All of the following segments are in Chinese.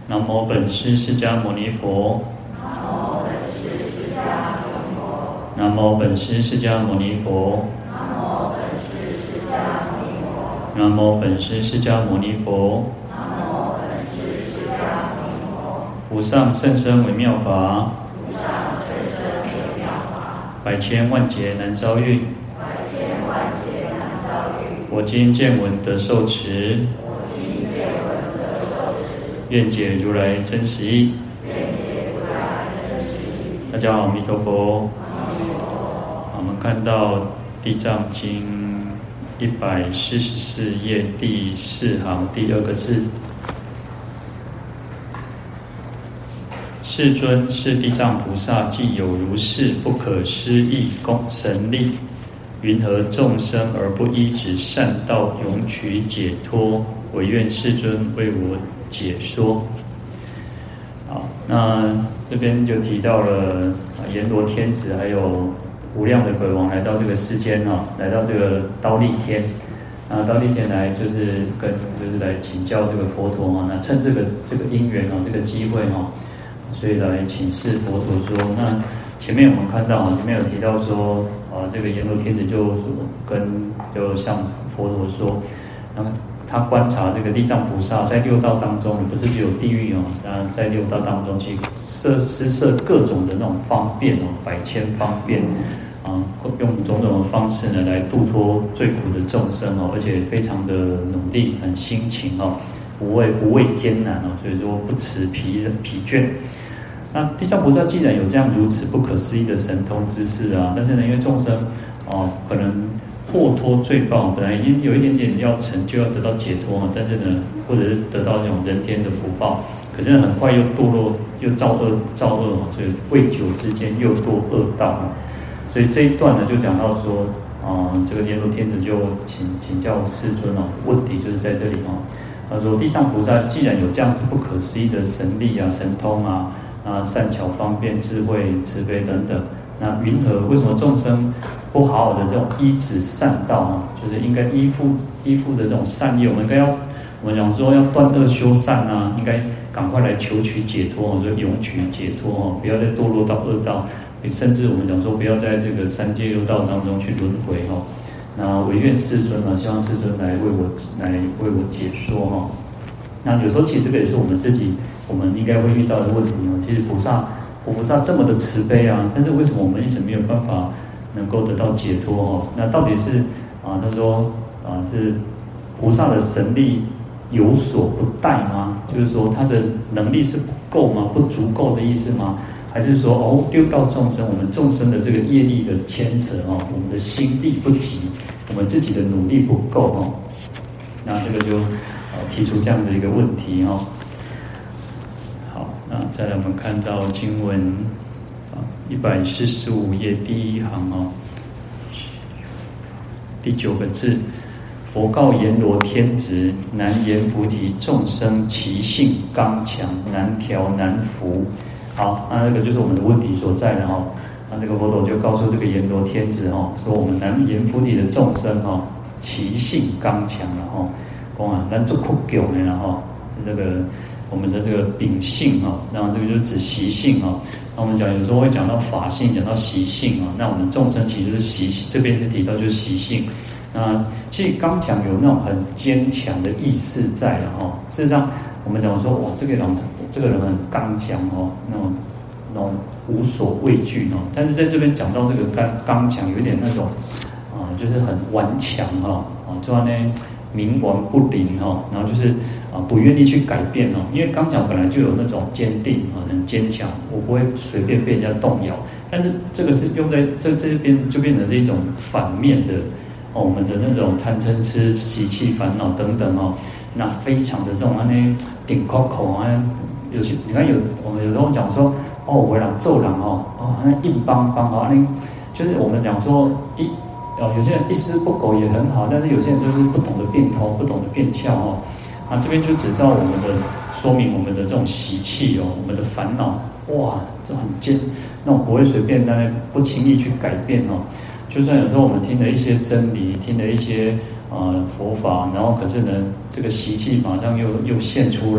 南无本师释迦牟尼佛。南无本师释迦牟尼佛。南无本师释迦牟尼佛。无上甚深微妙法，百千万劫难遭遇。我今见闻得受持，愿解如来真实义。大家好，阿弥陀佛。我们看到《地藏经》144页第4行第2个字。世尊，是地藏菩萨既有如是不可思议功神力，云何众生而不依止善道，永取解脱？唯愿世尊为我解说。好，那这边就提到了阎罗天子还有无量的鬼王来到这个世间来到这个忉利天。那忉利天来就是来请教这个佛陀那趁这个因缘这个机会所以来请示佛陀说，那前面我们看到前面有提到说这个阎罗天子就向佛陀说，那么他观察这个地藏菩萨在六道当中，不是只有地狱在六道当中去施设各种的那种方便百千方便用种种的方式呢来度脱最苦的众生而且非常的努力，很辛勤不畏艰难所以说不辞疲倦。那地藏菩萨既然有这样如此不可思议的神通之事但是呢，因为众生可能获脱罪报，本来已经有一点点要成就，要得到解脱但是呢，或者是得到这种人天的福报，可是呢，很快又堕落，又造恶，所以未久之间又堕恶道所以这一段呢，就讲到说这个阎罗天子就请教世尊问题就是在这里他说地藏菩萨既然有这样子不可思议的神力神通善巧方便智慧慈悲等等，那云何为什么众生不好好的这种依止善道就是应该依附的这种善业，我们讲说要断恶修善应该赶快来求取解脱就永取解脱不要再堕落到恶道，甚至我们讲说不要在这个三界六道当中去轮回那唯愿世尊希望世尊来为我解说那有时候其实这个也是我们应该会遇到的问题其实佛菩萨这么的慈悲但是为什么我们一直没有办法能够得到解脱那到底是他说是菩萨的神力有所不逮吗？就是说他的能力是不够吗？不足够的意思吗？还是说六道众生，我们众生的这个业力的牵扯我们的心力不及，我们自己的努力不够那这个就提出这样的一个问题好，那再来我们看到经文145页第1行第9个字。佛告阎罗天子：难言菩提众生其性刚强，难调难服。好，那这个就是我们的问题所在了那这个佛陀就告诉这个阎罗天子说我们难言菩提的众生其性刚强了咱做苦狗呢这个我们的这个秉性然后这个就是指习性那我们讲有时候会讲到法性，讲到习性那我们众生其实就是习性，这边是提到就是习性。其实刚强有那种很坚强的意识在事实上我们讲说哇这个人很刚强那种无所畏惧但是在这边讲到这个刚强有一点那种就是很顽强就那冥顽不灵然后就是不愿意去改变因为刚强本来就有那种坚定很坚强，我不会随便被人家动摇，但是这个是用在这边就变成这一种反面的我们的那种贪嗔痴习气烦恼等等那非常的这种顶口有些你看我们有时候讲说我人做人那硬邦邦就是我们讲说有些人一丝不苟也很好，但是有些人就是不懂得变通，不懂得变窍这边就指到我们的说明我们的这种习气我们的烦恼这很坚，那种不会随便不轻易去改变就算有时候我们听了一些真理，听了一些佛法，然后可是呢，这个习气马上又现出来，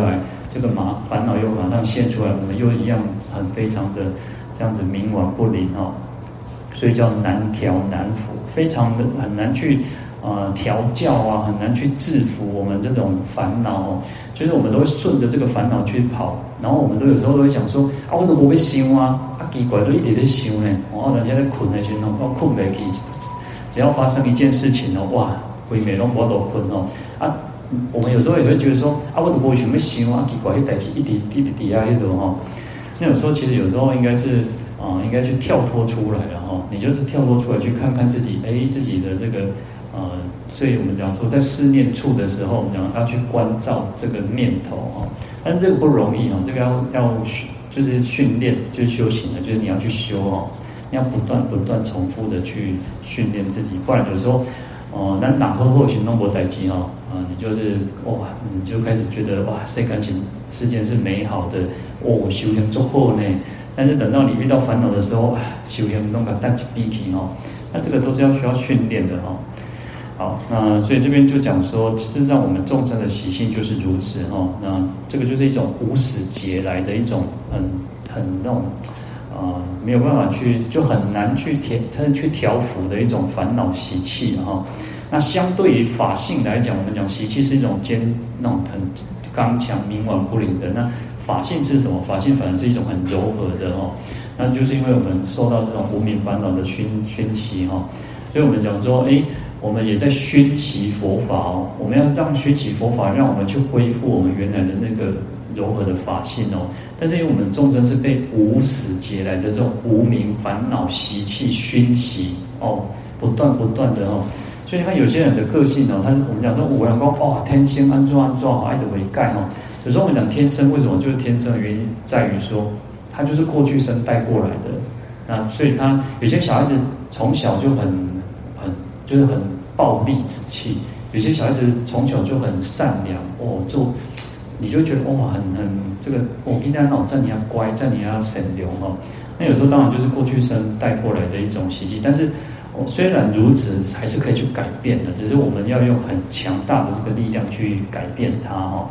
这个烦恼又马上现出来，我们又一样很非常的这样子冥顽不灵哦，所以叫难调难服，非常的很难去调教啊，很难去制服我们这种烦恼哦。就是我们都会顺着这个烦恼去跑，然后我们都有时候都会想说啊，我都不会想啊，奇怪都一直在想呢，人家在困的时候，我困不起，只要发生一件事情哦，哇，规暝拢我都困哦啊。我们有时候也会觉得说啊，我都不会想要想啊，奇怪，迄代志一直底下迄种哈。那有时候其实有时候应该是应该去跳脱出来了哈。你就是跳脱出来去看看自己，自己的这个所以我们讲说，在思念处的时候，我们讲要去关照这个念头哈。但是这个不容易哦，这个要就是训练，就是修行的，就是你要去修哦，你要不断重复的去训练自己，不然有时候。那哪科或许弄过代机哦，你就是哇，你就开始觉得哇，世间是美好的哦，修行足好呢。但是等到你遇到烦恼的时候，修行弄个淡起闭气哦，那这个都是需要训练的哦。好，那所以这边就讲说，事实上我们众生的习性就是如此哦。那这个就是一种无始劫来的一种很那种。没有办法就很难去调伏的一种烦恼习气哈。那相对于法性来讲，我们讲习气是一种那种很刚强、冥顽不灵的。那法性是什么？法性反而是一种很柔和的哦。那就是因为我们受到这种无明烦恼的熏习哈，所以我们讲说，我们也在熏习佛法哦。我们要这样熏习佛法，让我们去恢复我们原来的那个柔和的法性哦。但是因为我们众生是被无始劫来的这种无明烦恼习气熏习哦，不断的哦，所以你看有些人的个性哦，我们讲说有人讲天生安怎爱的为盖哦，有时候我们讲天生为什么就是天生的原因在于说，他就是过去生带过来的，那所以他有些小孩子从小就就是很暴戾之气，有些小孩子从小就很善良哦，你就觉得哇，很这个，我今天这你要乖，这你要善良哦。那有时候当然就是过去生带过来的一种习气，但是虽然如此，还是可以去改变的，只是我们要用很强大的这个力量去改变它哦。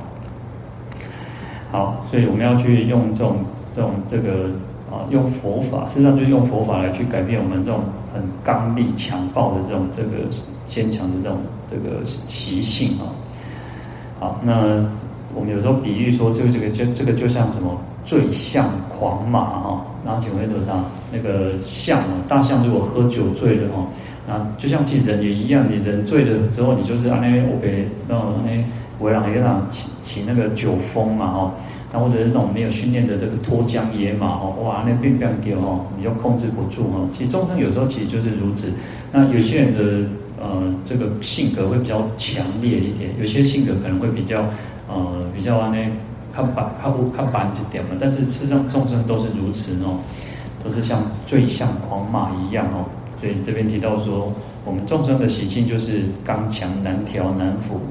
好，所以我们要去用这个用佛法，事实上就是用佛法来去改变我们这种很刚戾强暴的这个坚强的这个习性啊。好，那我们有时候比喻说，这个就像什么醉象狂马哈，然后请问多少那个象大象如果喝酒醉了哈，那就像其实人也一样，你人醉了之后，你就是那我给围让一场起那个酒疯嘛哈，那或者是那种没有训练的这个脱缰野马哈，哇那变丢哈，你就控制不住哈。其实众生有时候其实就是如此，那有些人的这个性格会比较强烈一点，有些性格可能会比较较板一点嘛，但是事实上众生都是如此哦，都是像醉象狂马一样哦。所以这边提到说，我们众生的习性就是刚强、难调、难服。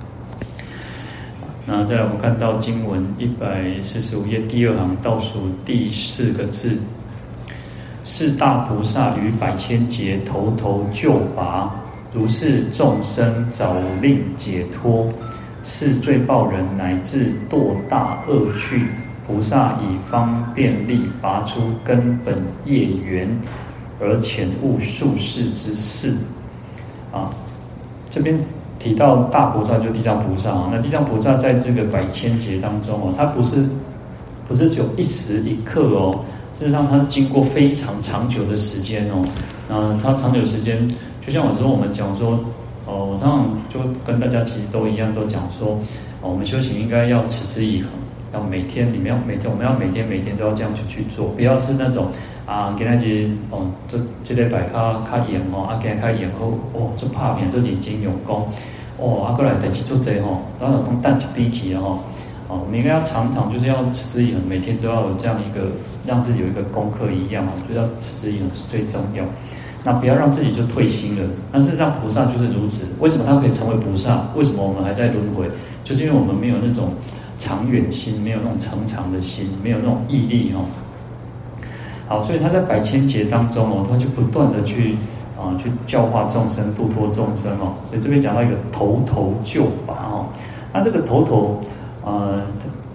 那再来我们看到经文145页第2行倒数第4个字，是大菩萨于百千劫头救拔，如是众生早令解脱，是罪报人乃至堕大恶趣，菩萨以方便力拔出根本业缘，而遣悟术士之事。这边提到大菩萨就地藏菩萨啊，那地藏菩萨在这个百千劫当中哦，他不是只有一时一刻哦，事实上他是经过非常长久的时间哦。他长久的时间，就像有时候我们讲说，我常常就跟大家其实都一样，都讲说，我们修行应该要持之以恒，要每天我们要每天都要这样去做，不要是那种今天是这礼拜较严今天较严后做拍片做认真用功过来代志做这然后讲淡一笔去我们应该要常常就是要持之以恒，每天都要有这样一个让自己有一个功课一样就要持之以恒是最重要。那不要让自己就退心了。那事实上菩萨就是如此。为什么他可以成为菩萨？为什么我们还在轮回？就是因为我们没有那种长远心，没有那种成长的心，没有那种毅力好，所以他在百千劫当中他就不断的去教化众生，度脱众生所以这边讲到一个头救拔那这个头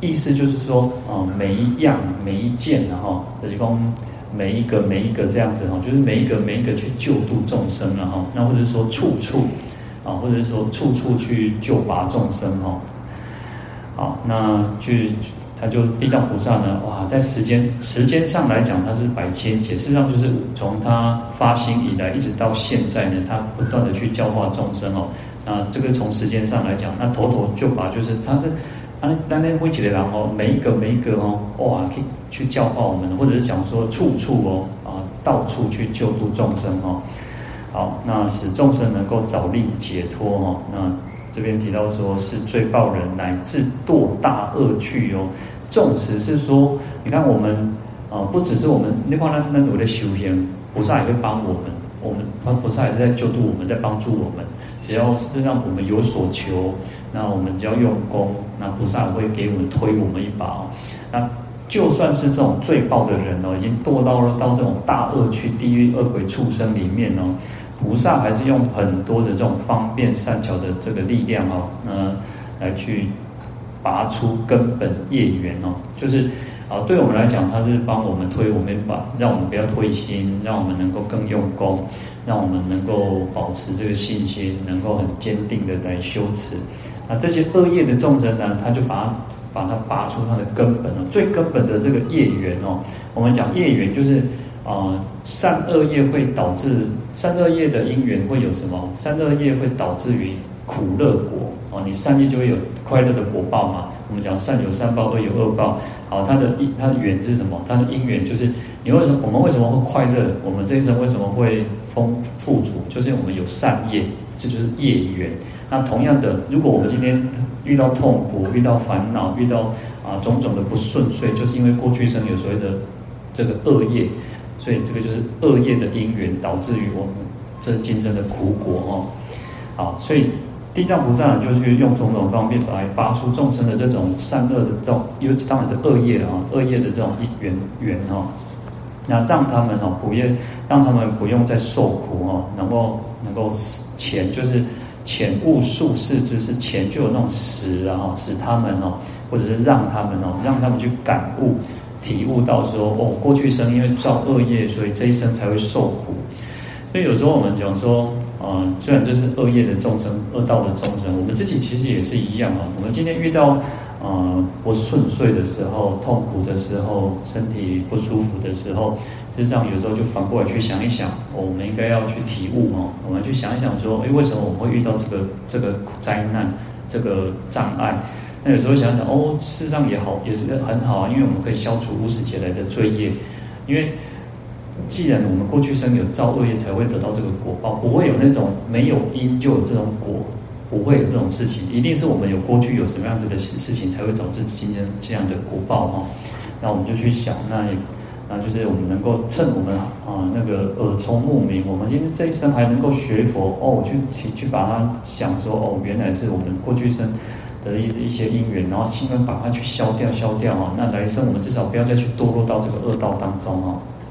意思就是说，每一样每一件，然后就是说每一个这样子哈，就是每一个去救度众生，然后那或者是说处处啊，或者是说处处去救拔众生哈。好，那他就地藏菩萨呢，哇，在时间上来讲，他是百千劫，事实上就是从他发心以来，一直到现在呢，他不断的去教化众生哦。那这个从时间上来讲，那头就把就是他是那每几个人哦，每一个哦，哇，可以去教化我们，或者是讲说处处哦到处去救度众生哦。好，那使众生能够早令解脱哦。那这边提到说是罪报人乃至堕大恶趣哦。纵使是说，你看我们不只是我们，你看那努力修行，菩萨也会帮我们菩萨也是在救度我们，在帮助我们。只要是让我们有所求，那我们只要用功，那菩萨也会给我们推我们一把哦。那就算是这种罪报的人哦，已经堕到这种大恶趣、地狱、恶鬼、畜生里面哦。菩萨还是用很多的这种方便善巧的这个力量哦，来去拔出根本业缘哦，就是对我们来讲，他是帮我们推我们把，让我们不要退心，让我们能够更用功，让我们能够保持这个信心，能够很坚定的来修持。那这些恶业的众生呢，他就把它拔出它的根本哦，最根本的这个业缘哦。我们讲业缘就是善恶业会导致善恶业的因缘会有什么？善恶业会导致于苦乐果哦，你善业就会有快乐的果报嘛。我们讲善有善报，恶有恶报。好，它的缘是什么？它的因缘就是我们为什么会快乐？我们这一生为什么会富足？就是我们有善业，这就是业缘。那同样的，如果我们今天遇到痛苦、遇到烦恼、遇到种种的不顺遂，就是因为过去生有所谓的这个恶业，所以这个就是恶业的因缘，导致于我们这今生的苦果哦。好，所以地藏菩萨就是用种种方面来拔出众生的这种善恶的这种，因为当然是恶业的恶业的这种缘哦，那让他们让他们不用再受苦哦，能够就是遣悟术士之事，遣就有那种使他们或者是让他们去感悟、体悟到说过去生因为造恶业，所以这一生才会受苦。所以有时候我们讲说，虽然这是恶业的众生、恶道的众生，我们自己其实也是一样我们今天遇到不顺遂的时候、痛苦的时候、身体不舒服的时候，事实上有时候就反过来去想一想，我们应该要去体悟我们去想一想说，为什么我们会遇到这个灾难、这个障碍？那有时候想想事实上也好，也是很好因为我们可以消除无始劫来的罪业，因为既然我们过去生有造恶业，才会得到这个果报，不会有那种没有因就有这种果，不会有这种事情，一定是我们有过去有什么样子的事情，才会导致今天这样的果报那我们就去想，那就是我们能够趁我们那个耳聪目明，我们今天这一生还能够学佛去把它想说原来是我们过去生的一些因缘，然后尽量把它去消掉那来生我们至少不要再去堕落到这个恶道当中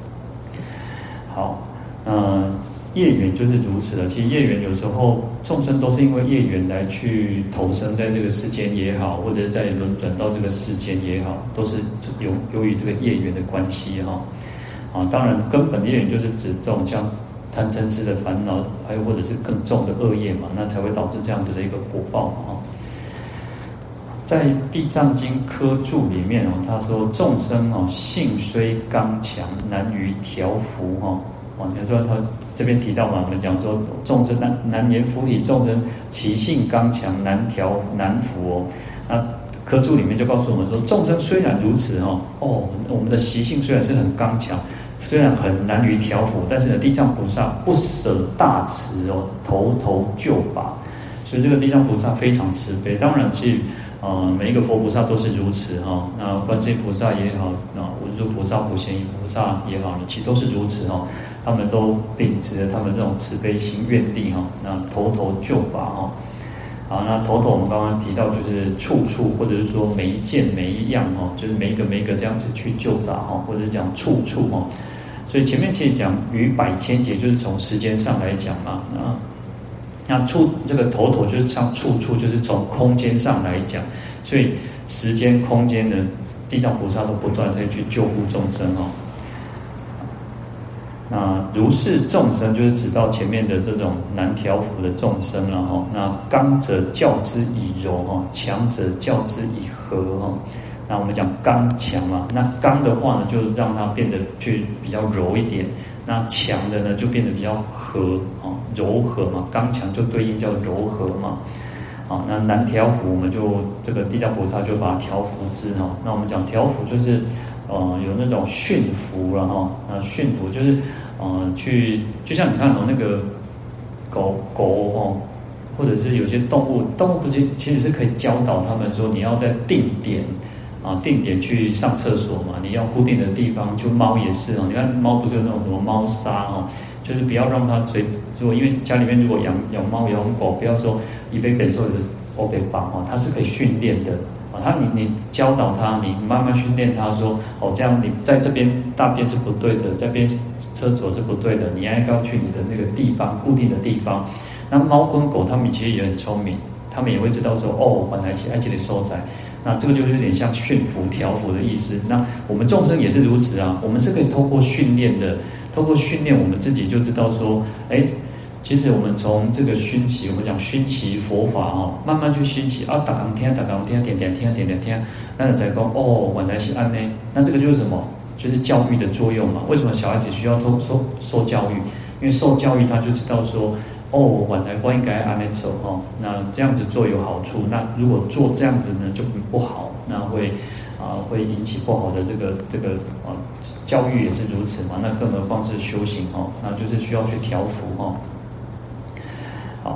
好，业缘就是如此的。其实业缘有时候众生都是因为业缘来去投生在这个世间也好，或者在轮转到这个世间也好，都是由于这个业缘的关系当然根本业缘就是指这种像贪嗔痴的烦恼，还有或者是更重的恶业嘛，那才会导致这样子的一个果报在《地藏经》科注里面他说众生性虽刚强，难于调伏你说他这边提到嘛，我们讲说众生难言佛体，众生其性刚强，难伏那科注里面就告诉我们说，众生虽然如此我们的习性虽然是很刚强，虽然很难于调伏，但是呢，地藏菩萨不舍大慈头就拔，所以这个地藏菩萨非常慈悲。当然其实每一个佛菩萨都是如此那观世音菩萨也好，那文殊菩萨、普贤菩萨也好，其实都是如此他们都秉持着他们这种慈悲心愿力那头就拔好，那头我们刚刚提到就是处处，或者是说每一件每一样就是每一个这样子去救拔或者是讲处处所以前面其实讲于百千劫，就是从时间上来讲嘛那这个头就是像处处，就是从空间上来讲，所以时间空间呢，地藏菩萨都不断在去救护众生哦。那如是众生就是指到前面的这种难调伏的众生了哈。那刚者教之以柔哈，强者教之以和哈。那我们讲刚强嘛，那刚的话呢，就让它变得去比较柔一点；那强的呢，就变得比较和啊，柔和嘛。刚强就对应叫柔和嘛。啊，那难调伏，我们就这个地藏菩萨就把它调伏之哈。那我们讲调伏就是。有那种驯服了哈，驯服就是去，就像你看那个狗哦，或者是有些动物不是其实是可以教导他们说，你要在定点去上厕所嘛，你要固定的地方。就猫也是哦，你看猫不是有那种什么猫砂哦，就是不要让它因为家里面如果养猫养狗，不要说一杯杯说的欧北绑哦，它是可以训练的。你教导他，你慢慢训练他说，这样你在这边大便是不对的，这边厕所是不对的，你应该要去你的那个地方，固定的地方。那猫跟狗他们其实也很聪明，他们也会知道说，本来是爱这里收窄。那这个就是有点像驯服调伏的意思。那我们众生也是如此啊，我们是可以透过训练的，透过训练我们自己就知道说，其实我们从这个熏习，我们讲熏习佛法哦，慢慢去熏习啊，打钢听，点听，那才讲原来是安呢。那这个就是什么？就是教育的作用嘛。为什么小孩子需要受教育？因为受教育他就知道说，原来我应该安呢走哦。那这样子做有好处，那如果做这样子呢就不好，那会引起不好的这个教育也是如此嘛。那更何况是修行哦，那就是需要去调伏哦。好，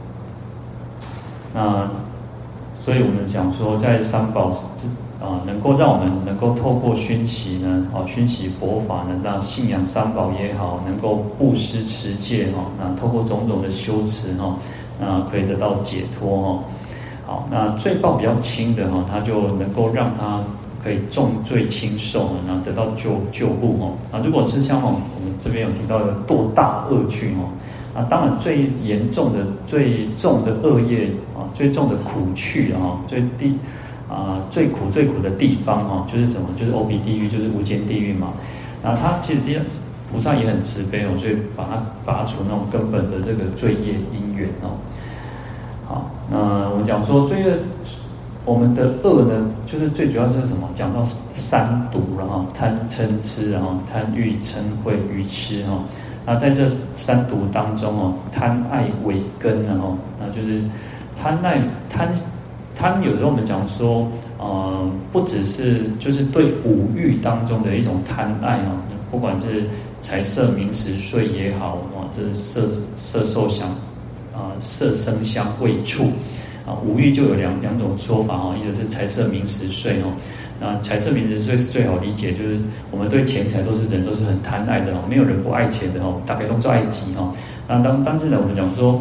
那所以我们讲说，在三宝能够让我们能够透过熏习呢，熏习佛法呢，让信仰三宝也好，能够布施持戒哈，那透过种种的修持哈，那可以得到解脱哈。好，那罪报比较轻的哈，它就能够让它可以重罪轻受，然后得到救护哈。如果是像我们这边有提到的堕大恶趣哈。当然最严重的、最重的恶业最重的苦趣最苦的地方就是什么？就是欧比地狱，就是无间地狱嘛。然后他其实菩萨也很慈悲所以把它拔除那种根本的这个罪业因缘好，那我们讲说罪恶，我们的恶呢，就是最主要是什么？讲到三毒贪嗔痴，然后贪欲嗔恚愚痴那在这三毒当中贪爱为根那就是贪有时候我们讲说不只是就是对五欲当中的一种贪爱不管是财色名食睡也好是色受想色声香味触五欲就有两种说法一个是财色名食睡那财色名食睡是最好理解，就是我们对钱财都是很贪爱的没有人不爱钱的大概都做爱己那当时呢，我们讲说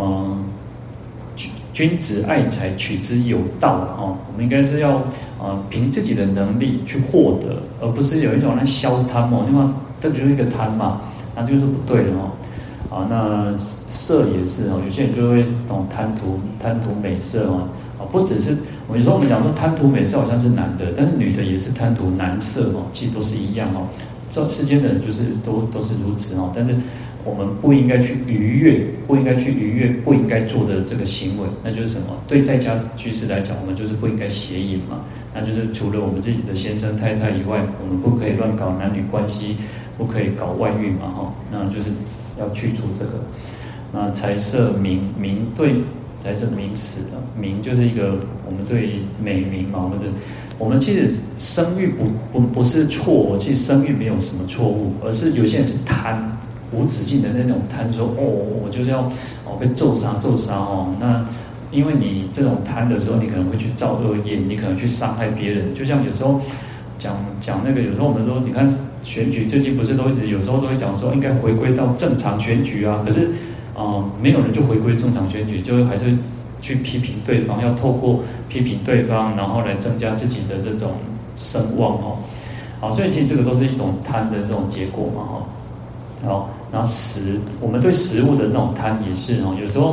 君子爱财，取之有道我们应该是要凭自己的能力去获得，而不是有一种那消贪因为这就是一个贪嘛，那就是不对的那色也是有些人就会贪图美色不只是有时候我们讲说贪图美色好像是男的，但是女的也是贪图男色其实都是一样这世间的人就是都是如此但是我们不应该去逾越不应该做的这个行为，那就是什么？对在家居士来讲，我们就是不应该邪淫嘛，那就是除了我们自己的先生太太以外，我们不可以乱搞男女关系，不可以搞外遇嘛那就是要去除这个。那财色名对财色名死名就是一个我们对美名嘛，我们其实生育不是错误，其实生育没有什么错误，而是有些人是贪无止境的那种贪，说我就是要被咒杀那因为你这种贪的时候，你可能会去造恶业，你可能去伤害别人。就像有时候讲那个，有时候我们说，你看选举最近不是都一直有时候都会讲说应该回归到正常选举可是没有人就回归正常选举，就还是去批评对方，要透过批评对方，然后来增加自己的这种声望好，所以其实这个都是一种贪的这种结果嘛好，然后我们对食物的那种贪也是有时候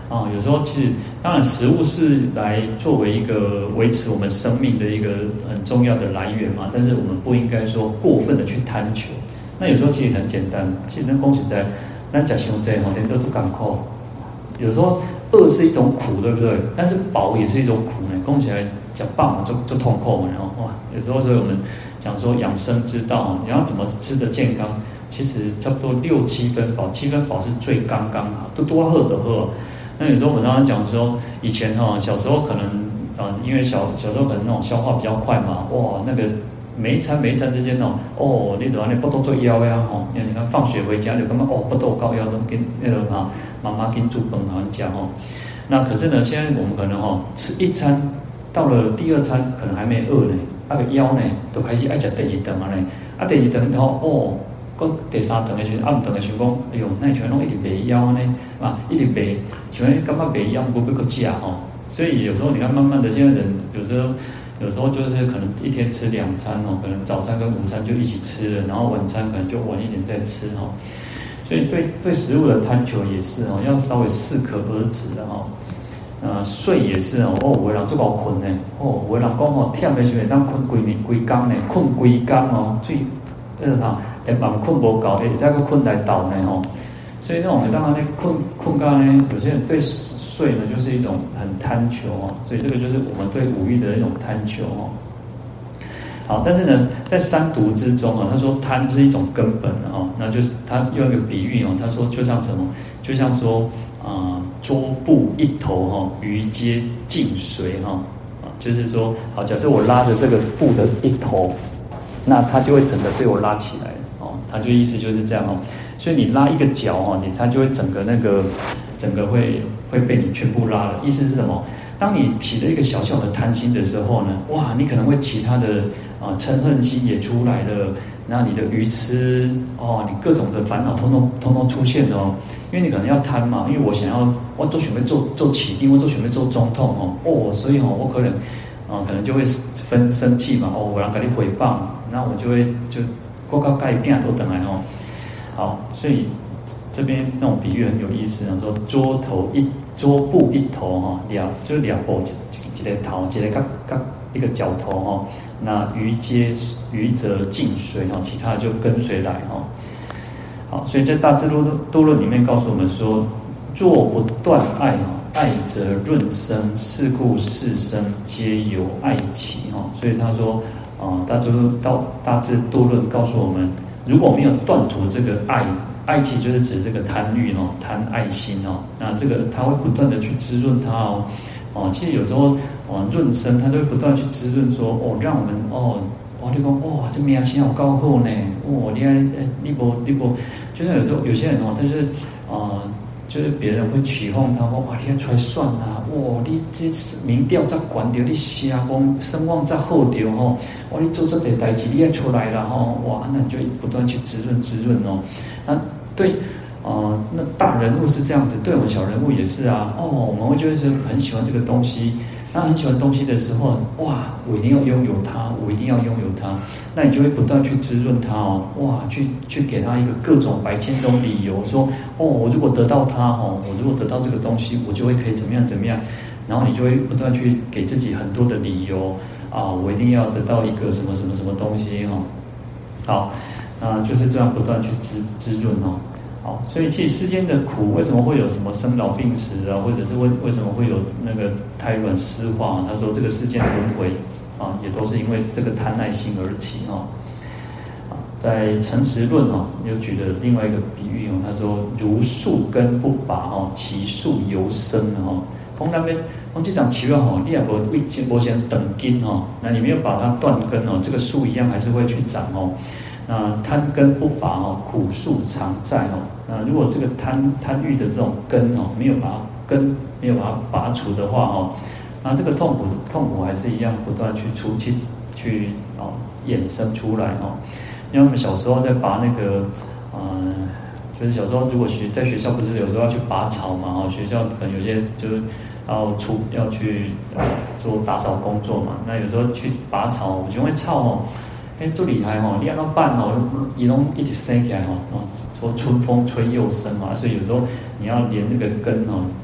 有时候其实当然食物是来作为一个维持我们生命的一个很重要的来源嘛，但是我们不应该说过分的去贪求。那有时候其实很简单，其实那恭喜在那讲熊在哈，连都不敢扣。有时候饿是一种苦，对不对？但是饱也是一种苦呢。供起来讲饱嘛，就痛苦嘛，然后哇，有时候所以我们讲说养生之道，你要怎么吃得健康？其实差不多6、7分饱，7分饱是最刚刚好，都多喝的喝。那有时候我们常常讲说，以前小时候可能因为小时候可能那种消化比较快嘛，哇，那个每一餐之间你怎么你不都做腰呀你看放学回家就根本不都高腰都跟那个妈妈跟煮饭讲那可是呢，现在我们可能吃一餐，到了第2餐可能还没饿呢，那个腰呢都开始爱吃第2顿嘛呢，第2顿搁第3顿的时候，唔顿的时候讲，哎呦，那全拢一直袂腰呢，一直袂，像感觉袂腰，我要搁食所以有时候你看，慢慢的，现在人有时候就是可能一天吃2餐可能早餐跟午餐就一起吃了，然后晚餐可能就晚一点再吃所以对食物的贪求也是要稍微适可而止的睡也是有的人做够困呢，有的人讲忝的时候当困规工呢，困规工最连晚困不够，再个困来倒呢所以那种当然困觉呢，有些人对睡呢就是一种很贪求所以这个就是我们对五欲的一种贪求好，但是呢，在三毒之中他说贪是一种根本那就是他用一个比喻他说就像什么，就像说桌布一头鱼皆尽随就是说好，假设我拉着这个布的一头，那它就会整个被我拉起来它就意思就是这样所以你拉一个脚它就会整个会被你全部拉了。意思是什么？当你起了一个小小的贪心的时候呢，哇，你可能会其他的嗔恨心也出来了，那你的愚痴你各种的烦恼通通出现了因为你可能要贪嘛，因为我都准备做起定，我都准备做总统所以我可能就会生气嘛我要跟你诽谤，那我就会过高盖变都等来好，所以这边那种比喻很有意思说桌布一头就是2部一个头，一个脚头那鱼则尽随其他的就跟随来好，所以在大智度论里面告诉我们说，若不断爱爱则润生，是故世生皆由爱起所以他说大智度论告诉我们，如果没有断除这个爱气，就是指这个贪欲贪爱心那这个它会不断的去滋润它其实有时候润生它都会不断去滋润说让我们你讲这名声好高好呢你不就是有时候有些人他就是就是别人会起哄他说哇你出来算你这民调再管掉，你声望再好掉你做这点代志你也出来了哇，那你就不断去滋润那对那大人物是这样子，对我们小人物也是我们会觉得很喜欢这个东西，那很喜欢东西的时候，哇，我一定要拥有它，那你就会不断去滋润它哇，去给它一个各种百千种理由，说我如果得到它我如果得到这个东西，我就会可以怎么样，然后你就会不断去给自己很多的理由我一定要得到一个什么东西好，就是这样不断去滋润好，所以其实世间的苦为什么会有什么生老病死或者是为什么会有那个胎卵湿化他说这个世间的轮回也都是因为这个贪爱心而起在诚实论又举了另外一个比喻他说如树根不拔其树犹生讲那边这讲奇怪你也不先等根那你没有把它断根这个树一样还是会去长那贪根不拔苦树常在那如果这个贪欲的这种根没有把它拔除的话那这个痛苦还是一样不断去衍生出来因为我们小时候在拔那个就是小时候如果在学校不是有时候要去拔草嘛学校可能有些就是要去做打扫工作嘛，那有时候去拔草，我就会草最厉害你要办伊拢一直生起来说春风吹又生嘛，所以有时候你要连那个根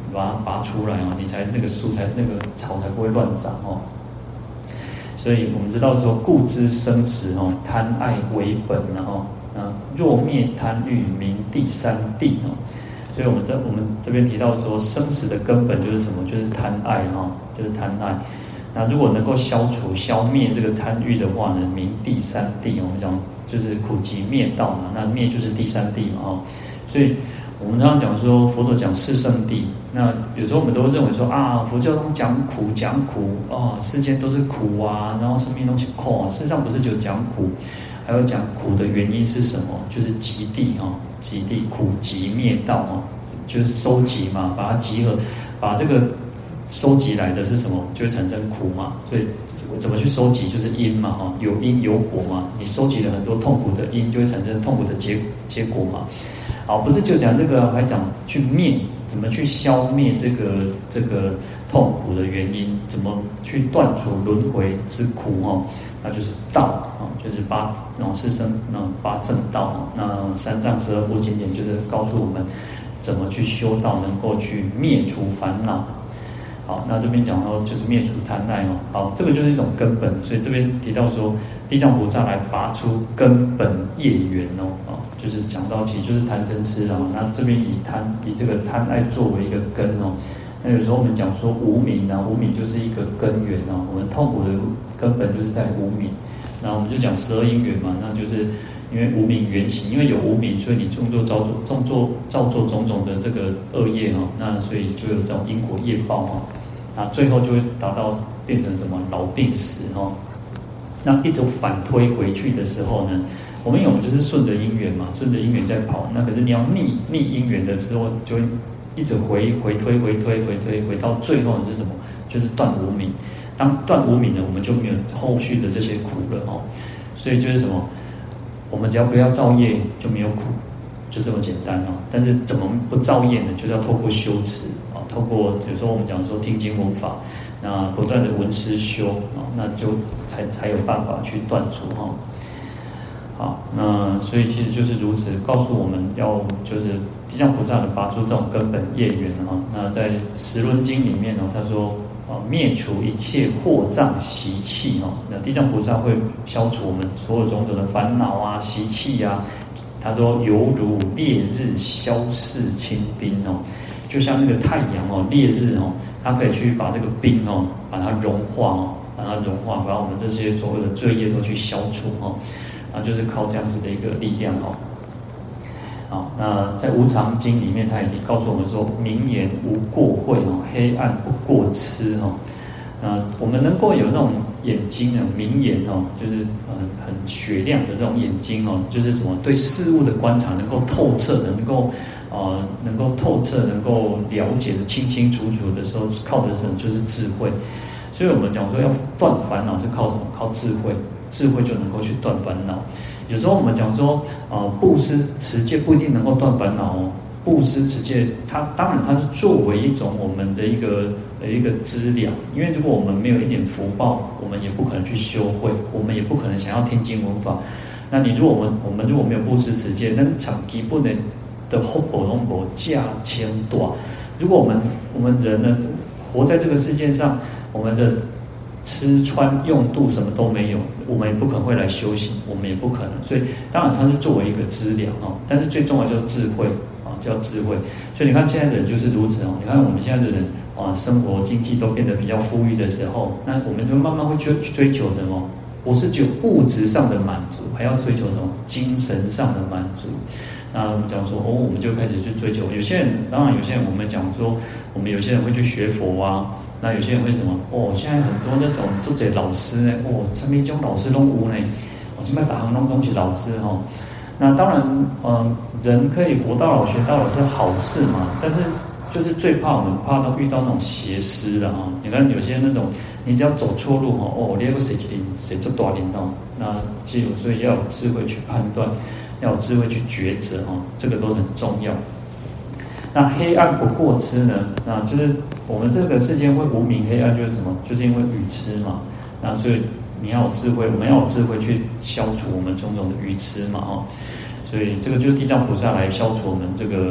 把它拔出来哦，你才那个树才那个草才不会乱长哦。所以我们知道说，故知生死哦，贪爱为本，然后若灭贪欲，名第三谛哦。所以我们这边提到说，生死的根本就是什么？就是贪爱哈，就是贪爱。那如果能够消除、消灭这个贪欲的话呢，名第三谛。我们讲就是苦集灭道嘛，那灭就是第三谛嘛哦。所以我们常常讲说，佛陀讲四圣谛。那有时候我们都会认为说啊，佛教中讲苦哦，世间都是苦啊，然后生命都是苦啊。事实上不是就讲苦，还有讲苦的原因是什么？就是集谛哦，集谛苦集灭道哦，就是收集嘛，把它集合，把这个收集来的是什么？就会产生苦嘛。所以怎么去收集？就是因嘛哈，有因有果嘛。你收集了很多痛苦的因，就会产生痛苦的结果嘛。好，不是就讲这个，还讲去灭，怎么去消灭这个痛苦的原因，怎么去断除轮回之苦哦？那就是道啊，就是四圣八正道。那三藏十二部经典就是告诉我们怎么去修道，能够去灭除烦恼。好，那这边讲到就是灭除贪爱哦。好，这个就是一种根本，所以这边提到说，地藏菩萨来拔出根本业缘哦，就是讲到其实就是贪嗔痴啊。那这边以这个贪爱作为一个根哦。那有时候我们讲说无明啊，无明就是一个根源哦。我们痛苦的根本就是在无明。那我们就讲12因缘嘛，那就是因为无明缘起，因为有无明，所以你造作种种的这个恶业哦，那所以就有这种因果业报哦。那最后就会达到变成什么老病死哦。那一直反推回去的时候呢，我们就是顺着因缘嘛，顺着因缘在跑。那可是你要逆因缘的时候，就会一直回到最后是什么？就是断无明。当断无明了，我们就没有后续的这些苦了哦。所以就是什么？我们只要不要造业，就没有苦，就这么简单哦。但是怎么不造业呢？就是要透过修持啊，透过有时候我们讲说听经闻法，那不断的闻思修啊，那就才有办法去断除哈。好，那所以其实就是如此，告诉我们要就是地藏菩萨的拔出这种根本业缘哈。那在十轮经里面哦，他说灭除一切惑障习气哦，那地藏菩萨会消除我们所有种种的烦恼啊、习气啊。他说犹如烈日消逝清冰哦，就像那个太阳哦，烈日哦，它可以去把这个冰哦，把它融化哦，把我们这些所有的罪业都去消除哦。啊，就是靠这样子的一个力量哦。好，那在无常经里面，他已经告诉我们说，明眼无过慧哦，黑暗不过痴哦。我们能够有那种眼睛啊，明眼哦，就是很雪亮的这种眼睛哦，就是什么对事物的观察能够透彻的，能够透彻，能够了解的清清楚楚的时候，靠的是什么？就是智慧。所以我们讲说要断烦恼是靠什么？靠智慧。智慧就能够去断烦恼。有时候我们讲说，布施持戒不一定能够断烦恼哦。布施持戒，它当然它是作为一种我们的一个资粮，因为如果我们没有一点福报，我们也不可能去修慧，我们也不可能想要听经闻法。那你如果我们如果没有布施持戒，那长期不能的后果龙博价千多。如果我们人呢活在这个世界上，我们的吃穿用度什么都没有，我们也不可能会来修行，我们也不可能。所以当然它是作为一个资粮哦，但是最重要就是智慧啊，叫智慧。所以你看现在的人就是如此哦。你看我们现在的人啊，生活经济都变得比较富裕的时候，那我们就慢慢会去追求什么？不是只有物质上的满足，还要追求什么？精神上的满足。那我们讲说我们就开始去追求。有些人我们讲说，我们有些人会去学佛啊。那有些人会什么？现在很多那种做这老师呢，身边这种老师都有呢。现在打行都是老师哈。那当然，人可以活到老学到老是好事嘛。但是就是最怕我们怕到遇到那种邪师了啊。你看有些那种，你只要走错路你那个谁做大领导，那所以要有智慧去判断，要有智慧去抉择这个都很重要。那黑暗不过痴呢？那就是我们这个世界会无明黑暗，就是什么？就是因为愚痴嘛。那所以你要有智慧，我们要有智慧去消除我们种种的愚痴嘛所以这个就是地藏菩萨来消除我们这个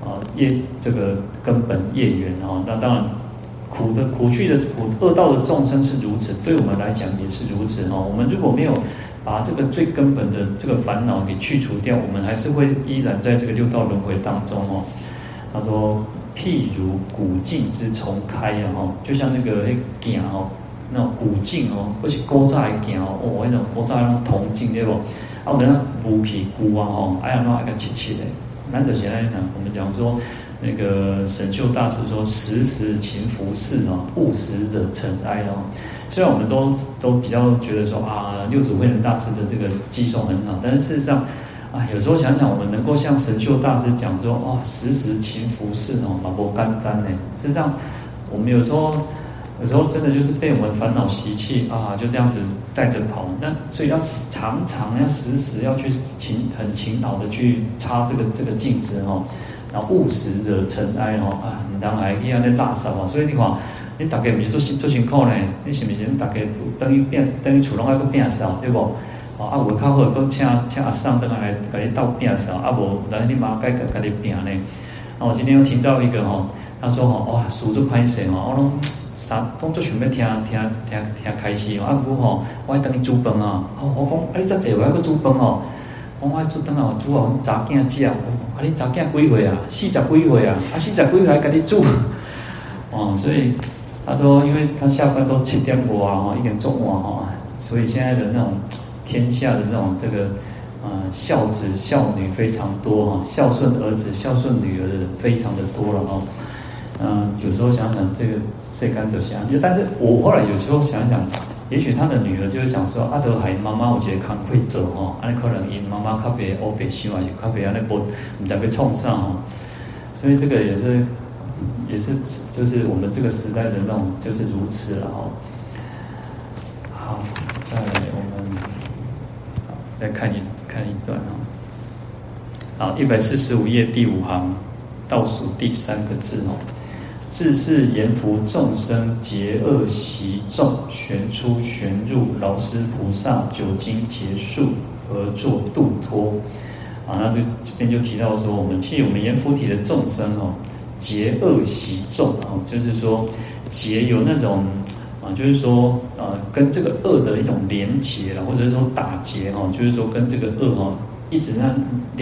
这个根本业缘那当然苦趣的恶道的众生是如此，对我们来讲也是如此我们如果没有把这个最根本的这个烦恼给去除掉，我们还是会依然在这个六道轮回当中他说譬如古镜之重开就像那个镜那种古镜或是古早的镜那种古早那种铜镜对不？有人浮起古哎呀那个切切的，咱就是来讲，我们讲说那个神秀大师说时时勤拂拭勿使惹尘埃虽然我们都比较觉得说六祖慧能大师的这个寄颂很好，但是事实上有时候想想，我们能够像神秀大师讲说时时勤拂拭嘛不简单呢。事实上，我们有时候真的就是被我们烦恼习气就这样子带着跑。那所以要常常要时时要去很勤劳的去擦这个镜子然后勿使惹尘埃唔当还去安尼垃圾所以你看。你大家不是做辛苦呢？你是不是大家等于厝拢爱去摒扫，对不？有较好，搁请阿桑等下来甲你斗摒扫，无但是你妈该甲你摒呢。我今天又听到一个他说哇，书做歹势我拢当作想要听开始不过我爱等你煮饭我讲你遮济我要去煮饭我爱煮等下煮阮查囝食，你查囝几岁啊？40几岁啊？40几岁还甲你煮？所以。他说，因为他下班都7点多一点钟所以现在的那种天下的那种这个孝子孝女非常多孝顺儿子孝顺女儿的人非常的多了有时候想想这个世间就想，但是我后来有时候想想，也许他的女儿就是想说都还妈妈有一个工会做安尼可能因妈妈较别黑白想，还是较别安尼无唔知要创啥所以这个也是就是我们这个时代的那种就是如此了好，再来我们再看一段好，145页第5行倒数第3个字自是阎浮众生结恶习众，旋出旋入，劳师菩萨久经劫数，而作度脱那这边就提到说，我们阎浮提的众生结恶习众就是说结有那种就是说跟这个恶的一种连结了，或者是说打结就是说跟这个恶一直那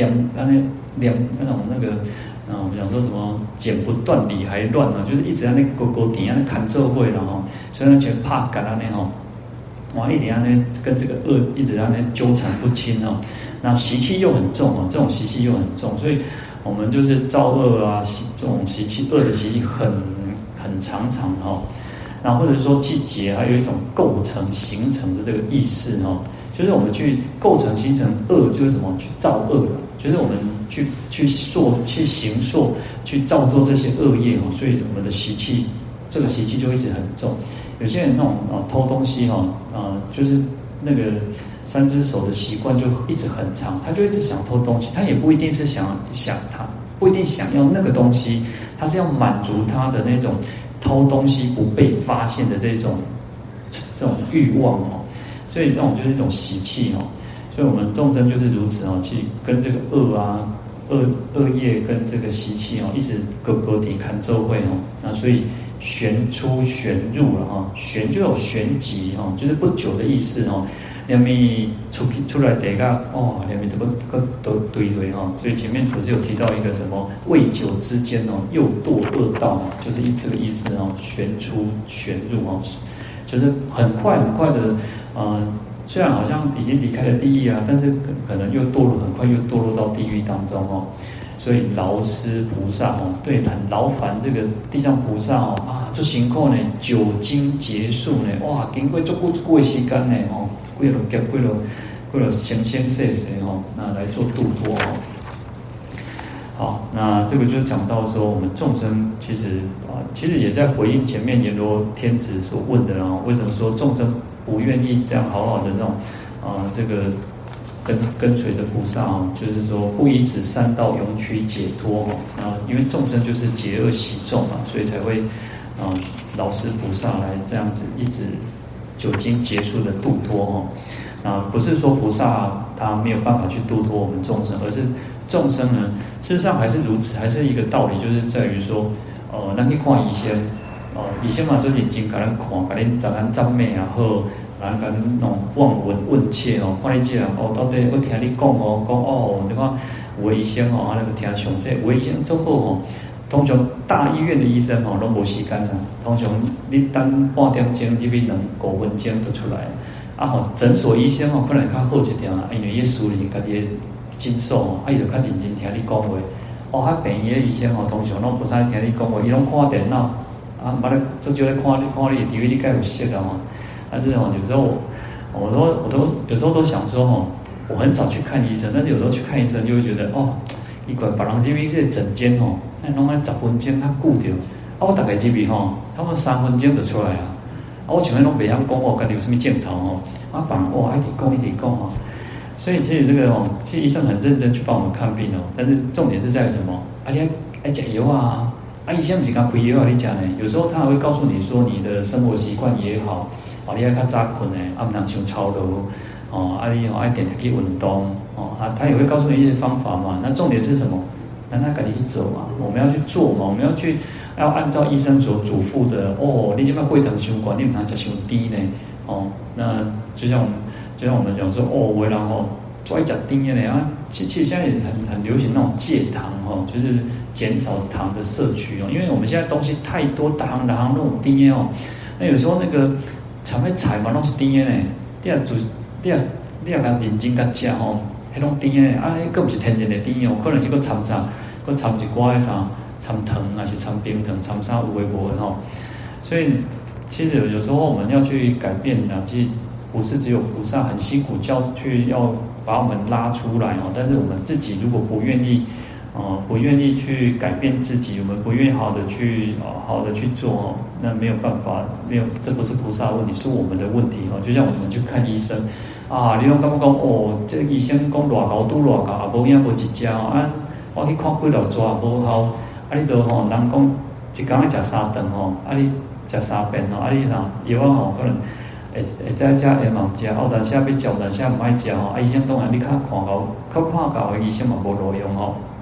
种那个我们讲说什么剪不断理还乱就是一直在那勾底那砍咒会了所以那全怕干那一直在那跟这个恶一直在那纠缠不清那习气又很重这种习气又很重，所以我们就是造恶这种习气恶的习气很常然后或者说去结，还有一种构成形成的这个意识就是我们去构成形成恶，就是什么去造恶了，就是我们去行塑去造作这些恶业所以我们的习气这个习气就一直很重。有些人那种偷东西就是那个3只手的习惯就一直很长，他就一直想偷东西，他也不一定是他不一定想要那个东西，他是要满足他的那种偷东西不被发现的这种欲望所以这种就是一种习气所以我们众生就是如此去跟这个恶业跟这个习气一直勾底看周会那所以旋出旋入了旋就有旋即就是不久的意思两面出来得个两面都堆堆所以前面不是有提到一个什么未久之间又堕恶道就是这个意思旋出旋入就是很快的虽然好像已经离开了地狱但是可能又很快又堕落到地狱当中所以劳师菩萨对，很劳烦这个地藏菩萨做辛苦呢，久经劫数呢，哇，经过足久的时间呢几落劫几落生生世世那来做度脱好，那这个就讲到说，我们众生其实也在回应前面阎罗天子所问的为什么说众生不愿意这样好好的那种这个跟随着菩萨就是说不以此三道永取解脱因为众生就是结恶习众所以才会劳师菩萨来这样子一直久经劫数的度脱不是说菩萨他没有办法去度脱我们众生，而是众生呢，事实上还是如此，还是一个道理，就是在于说，咱去看医生，医生嘛做认真，甲咱看，甲恁查咱诊脉也好，然后甲恁弄望闻问切哦，看你这人到底我听你讲你看有的医生安尼就听详细，有的医生做好通常大医院的医生拢无时间啦，通常你等半点钟，入去5分钟就出来。诊所医生可能较好一点啊，因为伊梳理家己的诊所伊就较认真听你讲话。病院的医生通常拢不使听你讲话，伊拢看电脑，捌咧做少咧看你的 DVD， 你该有识啊这种有时候我都有时候都想说我很少去看医生，但是有时候去看医生就会觉得伊管别人这边这诊间那拢10分钟较久着，我大概这边他们3分钟就出来啊。我前面拢袂晓讲家己有什么镜头别人一直讲所以其实这个其实医生很认真去帮我们看病但是重点是在于什么？你爱吃药啊，医生不是刚开药你吃呢？有时候他还会告诉你说你的生活习惯也好，你要较早困呢，不能伤操劳你爱点去运动他也会告诉你一些方法嘛。那重点是什么？让他自己去做嘛，我们要去做嘛，我们要按照医生所嘱咐的你这边血糖伤高，你不能吃伤低呢那就像我们讲说有的人专吃甜的呢其实现在也很流行那种戒糖就是减少糖的摄取因为我们现在东西太多糖那种甜的那有时候那个常会菜嘛，拢是甜的呢，你也认真甲吃迄种甜的佫不是天然的甜可能是佫掺一寡的掺糖还是掺冰糖，掺啥有的无的所以其实有时候我们要去改变其实不是只有菩萨很辛苦要把我们拉出来但是我们自己如果不愿意去改变自己，我们不愿意好的去做那没有办法，这不是菩萨的问题，是我们的问题就像我们去看医生你拢感觉讲这个医生讲偌高拄偌高无影无一只我去看几落抓无效你都人讲一天要吃3顿你吃3遍你药可能会早食会晚食有当时要吃有当时唔爱食医生当然你较看到的医生嘛无路用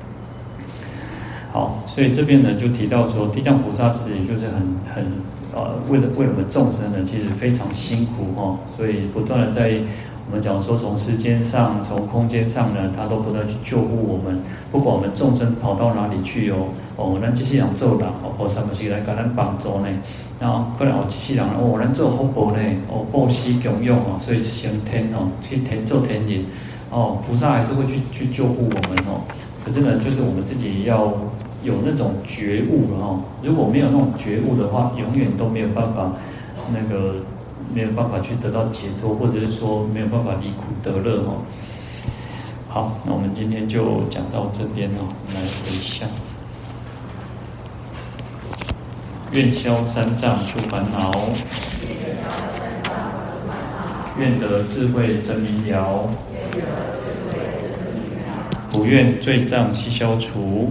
好，所以这边呢就提到说，地藏菩萨自己就是很为了我们众生呢，其实非常辛苦所以不断的在我们讲说，从时间上、从空间上呢，他都不断去救护我们。不管我们众生跑到哪里去咱这些人做人菩萨不是来给咱帮助呢，然后可能有这些人咱做福报呢布施供养所以升天去做天人菩萨还是会去救护我们可是呢，就是我们自己要有那种觉悟如果没有那种觉悟的话，永远都没有办法没有办法去得到解脱，或者是说没有办法离苦得乐好，那我们今天就讲到这边来回向。愿消三障诸烦恼，愿得智慧真明了，普愿罪障悉消除，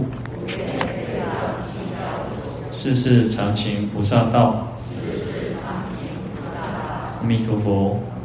世世常行菩萨道。阿弥陀佛。